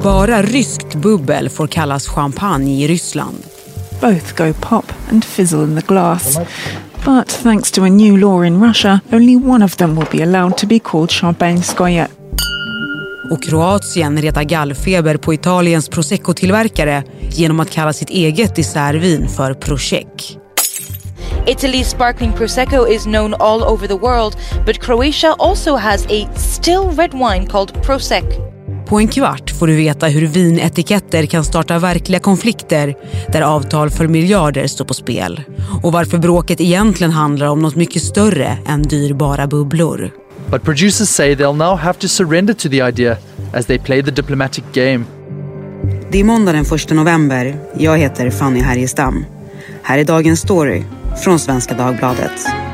bara ryskt bubbel får kallas champagne i Ryssland. Both go pop and fizzle in the glass. But thanks to a new law in Russia, only one of them will be allowed to be called champagnskoje. Och Kroatien retar gallfeber på Italiens prosecco-tillverkare genom att kalla sitt eget dessertvin för prosecco. Italy's sparkling Prosecco is known all over the world, but Croatia also has a still red wine called Prosecco. På en kvart får du veta hur vinetiketter kan starta verkliga konflikter där avtal för miljarder står på spel. Och varför bråket egentligen handlar om något mycket större än dyrbara bubblor. But producers say they'll now have to surrender to the idea as they play the diplomatic game. Det är måndag den 1 november. Jag heter Fanny Härjestam. Här är dagens story från Svenska Dagbladet.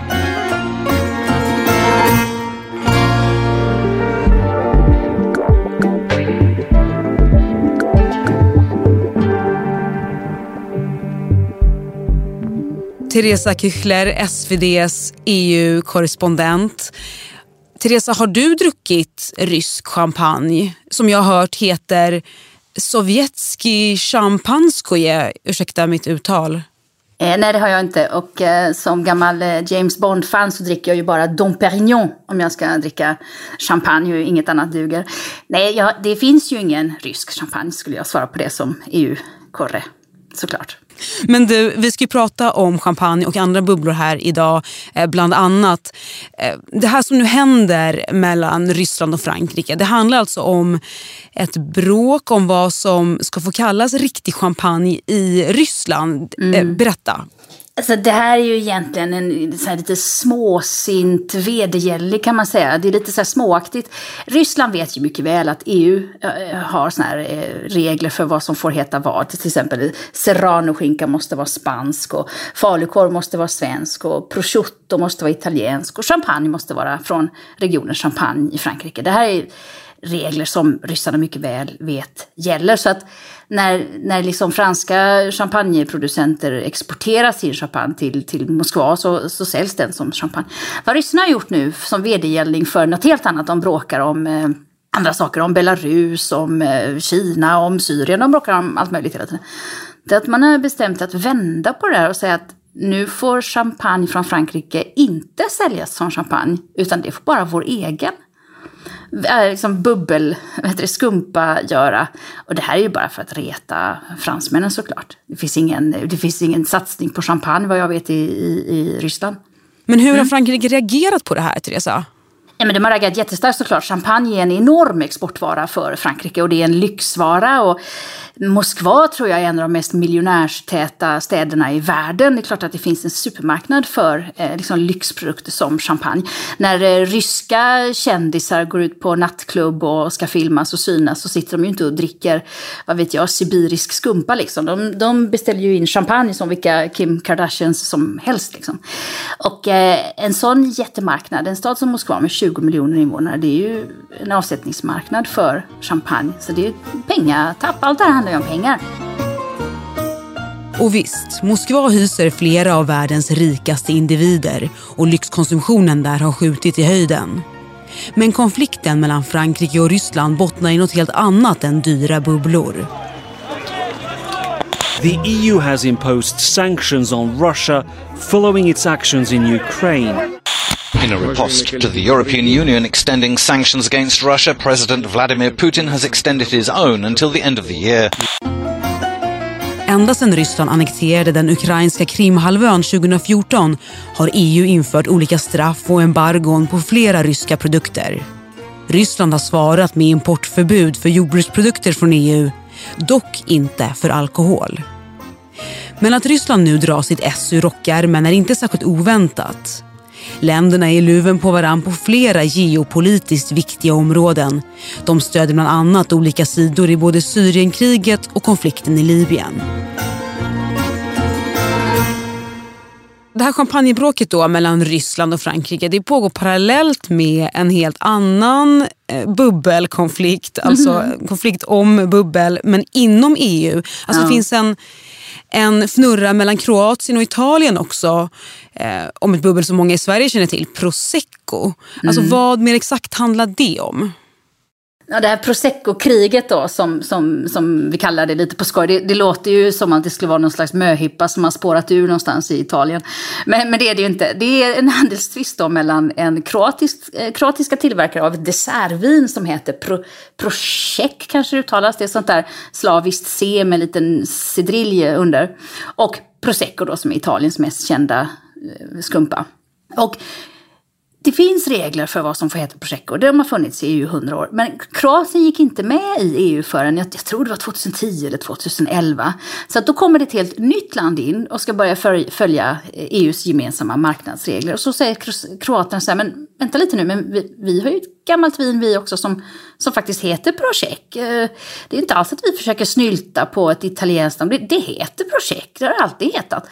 Teresa Küchler, SVDs EU-korrespondent. Teresa, har du druckit rysk champagne som jag har hört heter Sovjetski champagneskoje? Ursäkta mitt uttal. Nej, det har jag inte. Och som gammal James Bond-fan så dricker jag ju bara Dom Perignon om jag ska dricka champagne och inget annat duger. Nej, det finns ju ingen rysk champagne, skulle jag svara på det som EU-korre, såklart. Men du, vi ska ju prata om champagne och andra bubblor här idag, bland annat. Det här som nu händer mellan Ryssland och Frankrike, det handlar alltså om ett bråk om vad som ska få kallas riktig champagne i Ryssland. Berätta. Alltså det här är ju egentligen en så här lite småsint vedergällig, kan man säga. Det är lite så här småaktigt. Ryssland vet ju mycket väl att EU har såna här regler för vad som får heta vad. Till exempel serrano-skinka måste vara spansk och falukorv måste vara svensk och prosciutto måste vara italiensk och champagne måste vara från regionen Champagne i Frankrike. Det här är regler som ryssarna mycket väl vet gäller. Så att när liksom franska champagneproducenter exporterar sin champagne till Moskva så säljs den som champagne. Vad ryssarna har gjort nu som vedergällning för något helt annat, de bråkar om andra saker, om Belarus, om Kina, om Syrien, de bråkar om allt möjligt hela tiden. Det är att man har bestämt att vända på det här och säga att nu får champagne från Frankrike inte säljas som champagne, utan det får bara vår egen liksom skumpa göra. Och det här är ju bara för att reta fransmännen, såklart. Det finns ingen satsning på champagne vad jag vet i Ryssland. Men hur har Frankrike reagerat på det här, Teresa? Ja, men de har reagerat jättestarkt, såklart. Champagne är en enorm exportvara för Frankrike och det är en lyxvara. Och Moskva tror jag är en av de mest miljonärstäta städerna i världen. Det är klart att det finns en supermarknad för liksom lyxprodukter som champagne. När ryska kändisar går ut på nattklubb och ska filmas och synas så sitter de ju inte och dricker, vad vet jag, sibirisk skumpa liksom. De beställer ju in champagne som vilka Kim Kardashians som helst liksom. Och en sån jättemarknad, en stad som Moskva med 20 miljoner invånare, det är ju en avsättningsmarknad för champagne. Så det är ju pengatapp, allt det här handlar ju om pengar. Och visst, Moskva hyser flera av världens rikaste individer och lyxkonsumtionen där har skjutit i höjden. Men konflikten mellan Frankrike och Ryssland bottnar i något helt annat än dyra bubblor. The EU has imposed sanctions on Russia following its actions in Ukraine. In a riposte to the European Union extending sanctions against Russia, President Vladimir Putin has extended his own until the end of the year. Ända sedan Ryssland annekterade den ukrainska Krimhalvön 2014 har EU infört olika straff och embargon på flera ryska produkter. Ryssland har svarat med importförbud för jordbruksprodukter från EU, dock inte för alkohol. Men att Ryssland nu drar sitt ess ur rockärmen är inte särskilt oväntat. Länderna är i luven på varann på flera geopolitiskt viktiga områden. De stöder bland annat olika sidor i både Syrienkriget och konflikten i Libyen. Det här champagnebråket då mellan Ryssland och Frankrike, det pågår parallellt med en helt annan bubbelkonflikt, alltså konflikt om bubbel, men inom EU. Alltså det finns en fnurra mellan Kroatien och Italien också om ett bubbel som många i Sverige känner till, Prosecco. Alltså vad mer exakt handlar det om? Ja, det här Prosecco-kriget då, som vi kallar det lite på skoj, det låter ju som att det skulle vara någon slags möhippa som har spårat ur någonstans i Italien. Men det är det ju inte. Det är en handelstvist då mellan en kroatiska tillverkare av ett dessertvin som heter Prosecco, kanske det uttalas. Det är sånt där slaviskt C med en liten cedrilje under. Och Prosecco då, som är Italiens mest kända skumpa. Och det finns regler för vad som får heta Prosecco. De har funnits i EU 100 år. Men Kroatien gick inte med i EU förrän, jag tror det var 2010 eller 2011. Så att då kommer det ett helt nytt land in och ska börja följa EUs gemensamma marknadsregler. Och så säger kroaterna så här, men vänta lite nu, men vi har ju ett gammalt vin vi också som faktiskt heter Prosecco. Det är inte alls att vi försöker snylta på ett italienskt namn. Det heter Prosecco, det har alltid hetat.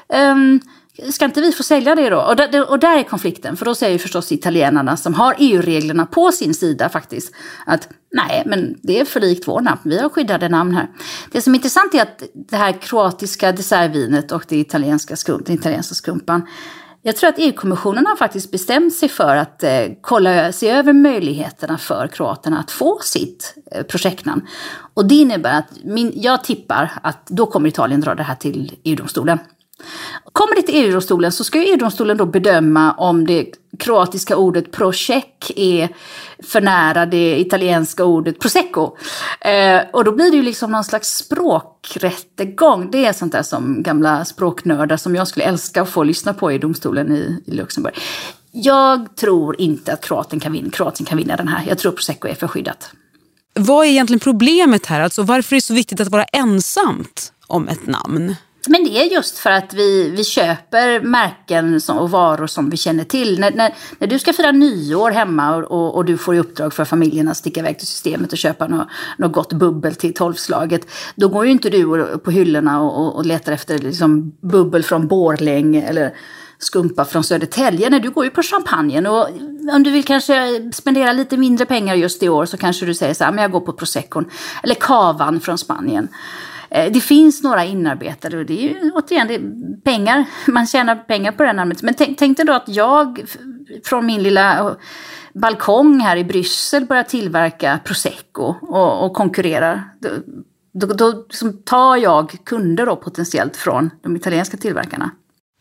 Ska inte vi få sälja det då? Och där är konflikten. För då säger ju förstås italienarna som har EU-reglerna på sin sida faktiskt att nej, men det är för likt vår namn. Vi har skyddade namn här. Det som är intressant är att det här kroatiska dessertvinet och den italienska skumpan. Jag tror att EU-kommissionen har faktiskt bestämt sig för att se över möjligheterna för kroaterna att få sitt projektnamn. Och det innebär att jag tippar att då kommer Italien dra det här till EU-domstolen. Kommer det till EU-domstolen så ska EU-domstolen då bedöma om det kroatiska ordet Prosecco är för nära det italienska ordet Prosecco. Och då blir det ju liksom någon slags språkrättegång. Det är sånt där som gamla språknördar som jag skulle älska att få lyssna på i domstolen i Luxemburg. Jag tror inte att Kroatien kan vinna den här. Jag tror Prosecco är förskyddat. Vad är egentligen problemet här? Alltså varför är det så viktigt att vara ensamt om ett namn? Men det är just för att vi köper märken och varor som vi känner till. När du ska fira nyår hemma och du får i uppdrag för familjen att sticka iväg till systemet och köpa något gott bubbel till 12-slaget. Då går ju inte du på hyllorna och letar efter liksom bubbel från Borlänge eller skumpa från Södertälje. Nej, du går ju på champagnen, och om du vill kanske spendera lite mindre pengar just i år så kanske du säger så här, men jag går på Proseccon eller Cavan från Spanien. Det finns några inarbetade och det är ju återigen det är pengar. Man tjänar pengar på den namnet. Men tänk dig då att jag från min lilla balkong här i Bryssel börjar tillverka Prosecco och konkurrerar. Då tar jag kunder då potentiellt från de italienska tillverkarna.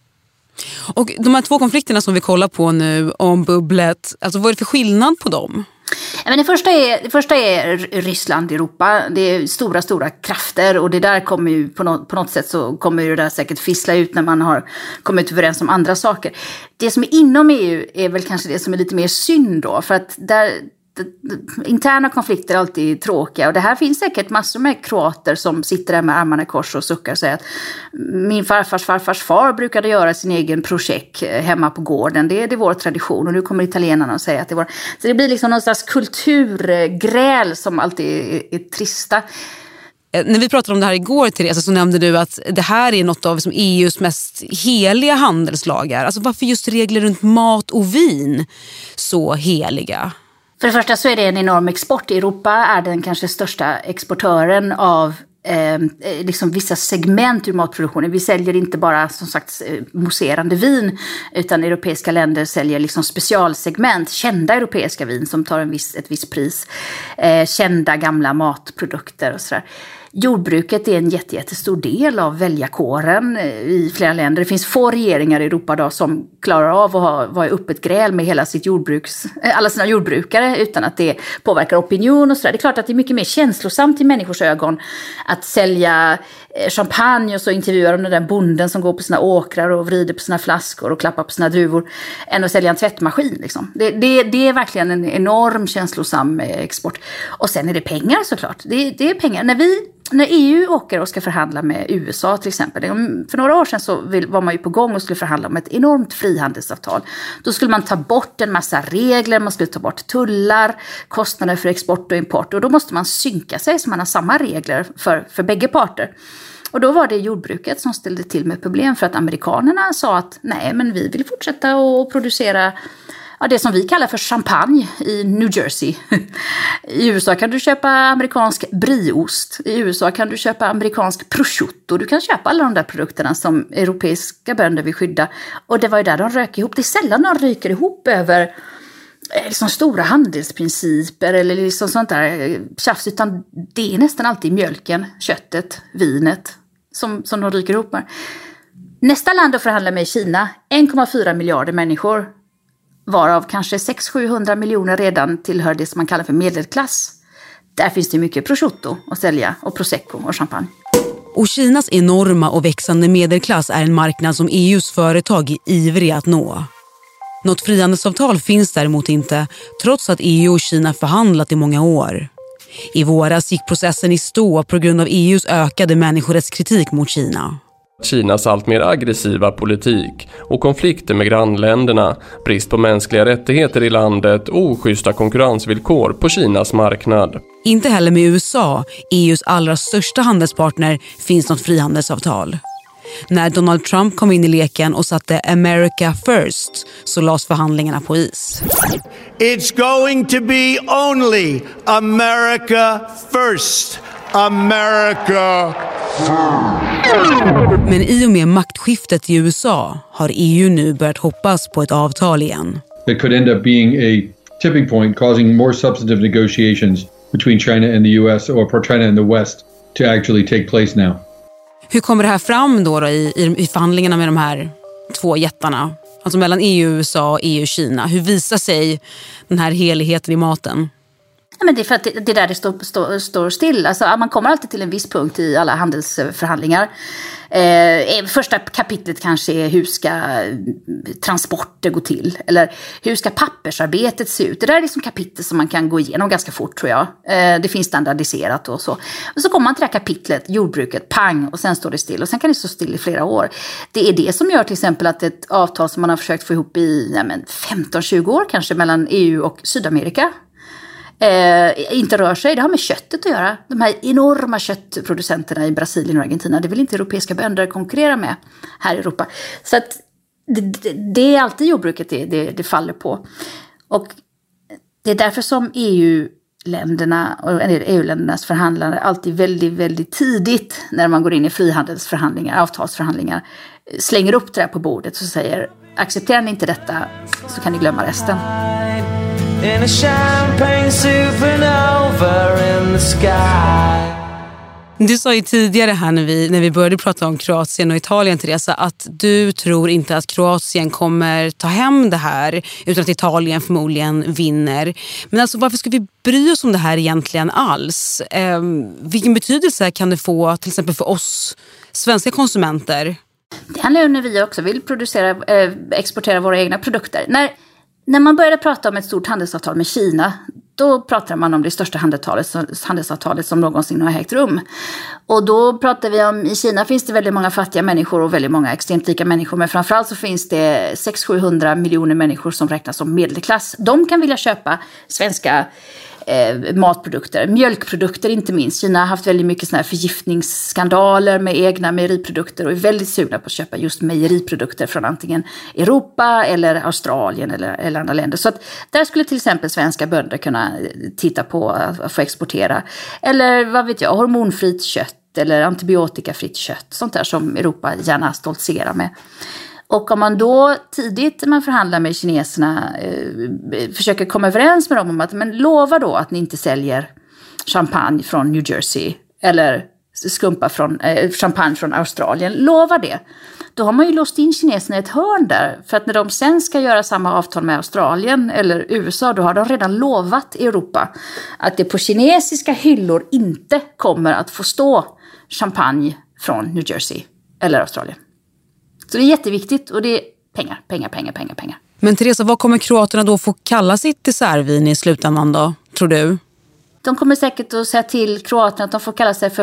Och de här två konflikterna som vi kollar på nu om bubblet, alltså vad är det för skillnad på dem? Men det första är Ryssland, Europa. Det är stora krafter och det där kommer ju på något sätt så kommer ju det där säkert fissla ut när man har kommit överens om andra saker. Det som är inom EU är väl kanske det som är lite mer synd då, för att interna konflikter är alltid tråkiga, och det här finns säkert massor med kroater som sitter där med armarna i kors och suckar och säger att min farfars far brukade göra sin egen Prosecco hemma på gården, det är vår tradition, och nu kommer italienarna och säger att det var. Så det blir liksom någon slags kulturgräl som alltid är trista. När vi pratade om det här igår, Teresa, så nämnde du att det här är något av som EUs mest heliga handelslagar. Alltså varför just regler runt mat och vin så heliga? För det första så är det en enorm export. Europa är den kanske största exportören av liksom vissa segment ur matproduktionen. Vi säljer inte bara som sagt mousserande vin, utan europeiska länder säljer liksom specialsegment, kända europeiska vin som tar ett visst pris, kända gamla matprodukter och sådär. Jordbruket är en jättestor del av väljarkåren i flera länder. Det finns få regeringar i Europa då som klarar av att vara i öppet gräl med hela alla sina jordbrukare utan att det påverkar opinion och sådär. Det är klart att det är mycket mer känslosamt i människors ögon att sälja champagne och så intervjuar de den där bonden som går på sina åkrar och vrider på sina flaskor och klappar på sina druvor än att sälja en tvättmaskin. Liksom. Det är verkligen en enorm känslosam export. Och sen är det pengar såklart. Det är pengar. När EU åker och ska förhandla med USA till exempel, för några år sedan så var man ju på gång och skulle förhandla om ett enormt frihandelsavtal. Då skulle man ta bort en massa regler, man skulle ta bort tullar, kostnader för export och import, och då måste man synka sig så man har samma regler för bägge parter. Och då var det jordbruket som ställde till med problem, för att amerikanerna sa att nej, men vi vill fortsätta att producera det som vi kallar för champagne i New Jersey. I USA kan du köpa amerikansk brieost. I USA kan du köpa amerikansk prosciutto. Du kan köpa alla de där produkterna som europeiska bönder vill skydda. Och det var ju där de rök ihop. Det är sällan de ryker ihop över liksom stora handelsprinciper eller liksom sånt där tjafs, utan det är nästan alltid mjölken, köttet, vinet som de ryker ihop med. Nästa land att förhandla med är Kina, 1,4 miljarder människor, varav kanske 600-700 miljoner redan tillhör det som man kallar för medelklass. Där finns det mycket prosciutto att sälja och prosecco och champagne. Och Kinas enorma och växande medelklass är en marknad som EUs företag är ivriga att nå. Något frihandelsavtal finns däremot inte, trots att EU och Kina förhandlat i många år. I våras gick processen i stå på grund av EUs ökade människorättskritik mot Kina. Kinas allt mer aggressiva politik och konflikter med grannländerna, brist på mänskliga rättigheter i landet och oschyssta konkurrensvillkor på Kinas marknad. Inte heller med USA, EUs allra största handelspartner, finns något frihandelsavtal. När Donald Trump kom in i leken och satte America first så lades förhandlingarna på is. It's going to be only America first. America first. Men i och med maktskiftet i USA har EU nu börjat hoppas på ett avtal igen. It could end up being a tipping point causing more substantive negotiations between China and the US or China and the West to actually take place now. Hur kommer det här fram då i förhandlingarna med de här två jättarna? Alltså mellan EU, USA, EU och Kina. Hur visar sig den här heligheten i maten? Ja, men det är för att det där det står still. Alltså, man kommer alltid till en viss punkt i alla handelsförhandlingar. Första kapitlet kanske är hur ska transporter gå till? Eller hur ska pappersarbetet se ut? Det där är liksom kapitel som man kan gå igenom ganska fort, tror jag. Det finns standardiserat och så. Och så kommer man till det här kapitlet, jordbruket, pang, och sen står det still. Och sen kan det stå still i flera år. Det är det som gör till exempel att ett avtal som man har försökt få ihop i 15-20 år kanske mellan EU och Sydamerika inte rör sig. Det har med köttet att göra. De här enorma köttproducenterna i Brasilien och Argentina, det vill inte europeiska bönder konkurrera med här i Europa. Så att det är alltid jordbruket det faller på. Och det är därför som EU-länderna och EU-ländernas förhandlare alltid väldigt, väldigt tidigt när man går in i frihandelsförhandlingar, avtalsförhandlingar, slänger upp det där på bordet och säger: accepterar ni inte detta så kan ni glömma resten. In a champagne supernova in the sky. Du sa ju tidigare här när vi började prata om Kroatien och Italien, Teresa, att du tror inte att Kroatien kommer ta hem det här utan att Italien förmodligen vinner. Men alltså, varför ska vi bry oss om det här egentligen alls? Vilken betydelse kan det få till exempel för oss svenska konsumenter? Det handlar ju om när vi också vill exportera våra egna produkter. När man började prata om ett stort handelsavtal med Kina, då pratade man om det största handelsavtalet som någonsin har ägt rum. Och då pratade vi om, i Kina finns det väldigt många fattiga människor och väldigt många extremt rika människor. Men framförallt så finns det 600-700 miljoner människor som räknas som medelklass. De kan vilja köpa svenska matprodukter, mjölkprodukter inte minst. Kina har haft väldigt mycket såna här förgiftningsskandaler med egna mejeriprodukter och är väldigt sugna på att köpa just mejeriprodukter från antingen Europa eller Australien eller andra länder. Så att där skulle till exempel svenska bönder kunna titta på att få exportera. Eller vad vet jag, hormonfritt kött eller antibiotikafritt kött. Sånt där som Europa gärna stoltserar med. Och om man då tidigt när man förhandlar med kineserna försöker komma överens med dem om att men lova då att ni inte säljer champagne från New Jersey eller champagne från Australien, lova det. Då har man ju låst in kineserna i ett hörn där, för att när de sen ska göra samma avtal med Australien eller USA, då har de redan lovat Europa att det på kinesiska hyllor inte kommer att få stå champagne från New Jersey eller Australien. Så det är jätteviktigt och det är pengar. Men Teresa, vad kommer kroaterna då få kalla sitt dessertvin i slutändan då, tror du? De kommer säkert att säga till kroaterna att de får kalla sig för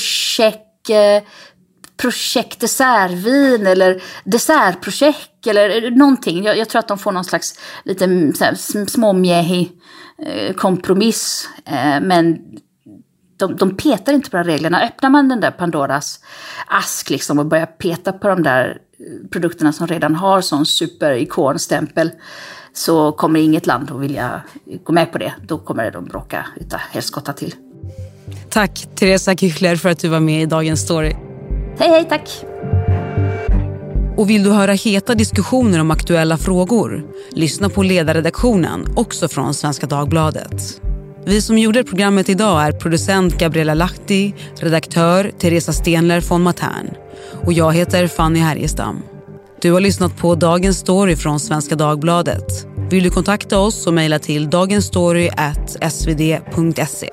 projekt dessertvin eller dessertprojekt eller någonting. Jag tror att de får någon slags lite småmjähig kompromiss, men de petar inte på de reglerna. Öppnar man den där Pandoras ask liksom och börjar peta på de där produkterna som redan har sån superikonstämpel, så kommer inget land att vilja gå med på det. Då kommer de bråka utan helskotta till. Tack Teresa Küchler för att du var med i Dagens Story. Hej, tack. Och vill du höra heta diskussioner om aktuella frågor? Lyssna på ledarredaktionen, också från Svenska Dagbladet. Vi som gjorde programmet idag är producent Gabriella Lahti, redaktör Teresa Stenler von Matern. Och jag heter Fanny Härgestam. Du har lyssnat på Dagens Story från Svenska Dagbladet. Vill du kontakta oss så mejla till dagensstory@svd.se.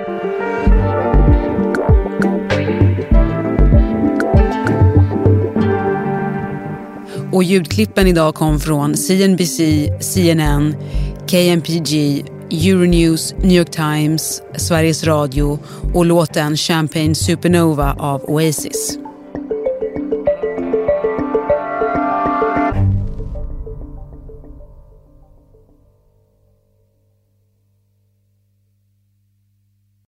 Och ljudklippen idag kom från CNBC, CNN, KMPG, Euronews, New York Times, Sveriges Radio och låten Champagne Supernova av Oasis.